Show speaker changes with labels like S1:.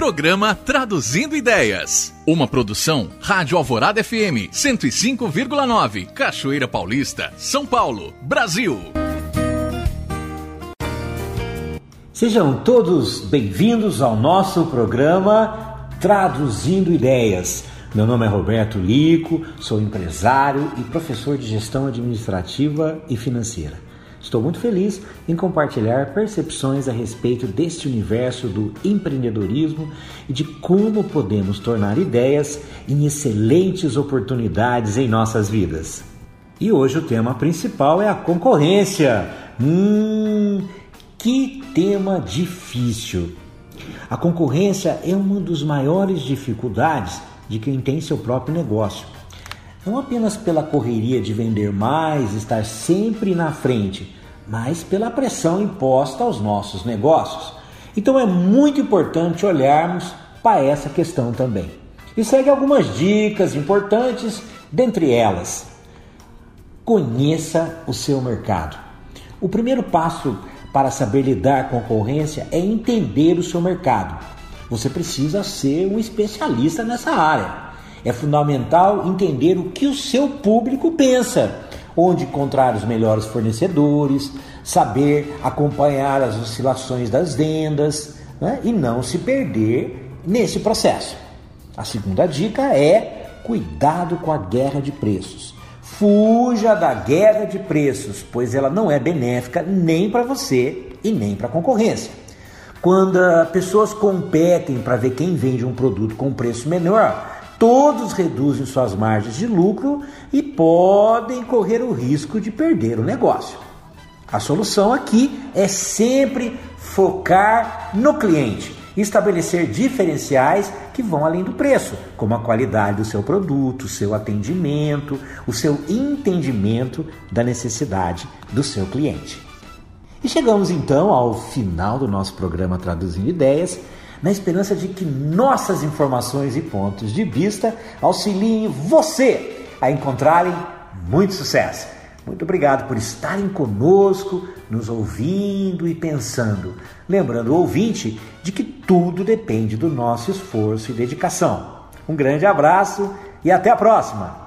S1: Programa Traduzindo Ideias. Uma produção Rádio Alvorada FM 105,9, Cachoeira Paulista, São Paulo, Brasil.
S2: Sejam todos bem-vindos ao nosso programa Traduzindo Ideias. Meu nome é Roberto Lico, sou empresário e professor de gestão administrativa e financeira. Estou muito feliz em compartilhar percepções a respeito deste universo do empreendedorismo e de como podemos tornar ideias em excelentes oportunidades em nossas vidas. E hoje o tema principal é a concorrência. Que tema difícil! A concorrência é uma das maiores dificuldades de quem tem seu próprio negócio. Não apenas pela correria de vender mais, estar sempre na frente, mas pela pressão imposta aos nossos negócios. Então é muito importante olharmos para essa questão também. E segue algumas dicas importantes, dentre elas: conheça o seu mercado. O primeiro passo para saber lidar com a concorrência é entender o seu mercado. Você precisa ser um especialista nessa área. É fundamental entender o que o seu público pensa, onde encontrar os melhores fornecedores, saber acompanhar as oscilações das vendas, né? E não se perder nesse processo. A segunda dica é cuidado com a guerra de preços. Fuja da guerra de preços, pois ela não é benéfica nem para você e nem para a concorrência. Quando pessoas competem para ver quem vende um produto com preço menor, todos reduzem suas margens de lucro e podem correr o risco de perder o negócio. A solução aqui é sempre focar no cliente e estabelecer diferenciais que vão além do preço, como a qualidade do seu produto, o seu atendimento, o seu entendimento da necessidade do seu cliente. E chegamos então ao final do nosso programa Traduzindo Ideias, na esperança de que nossas informações e pontos de vista auxiliem você a encontrarem muito sucesso. Muito obrigado por estarem conosco, nos ouvindo e pensando. Lembrando o ouvinte de que tudo depende do nosso esforço e dedicação. Um grande abraço e até a próxima!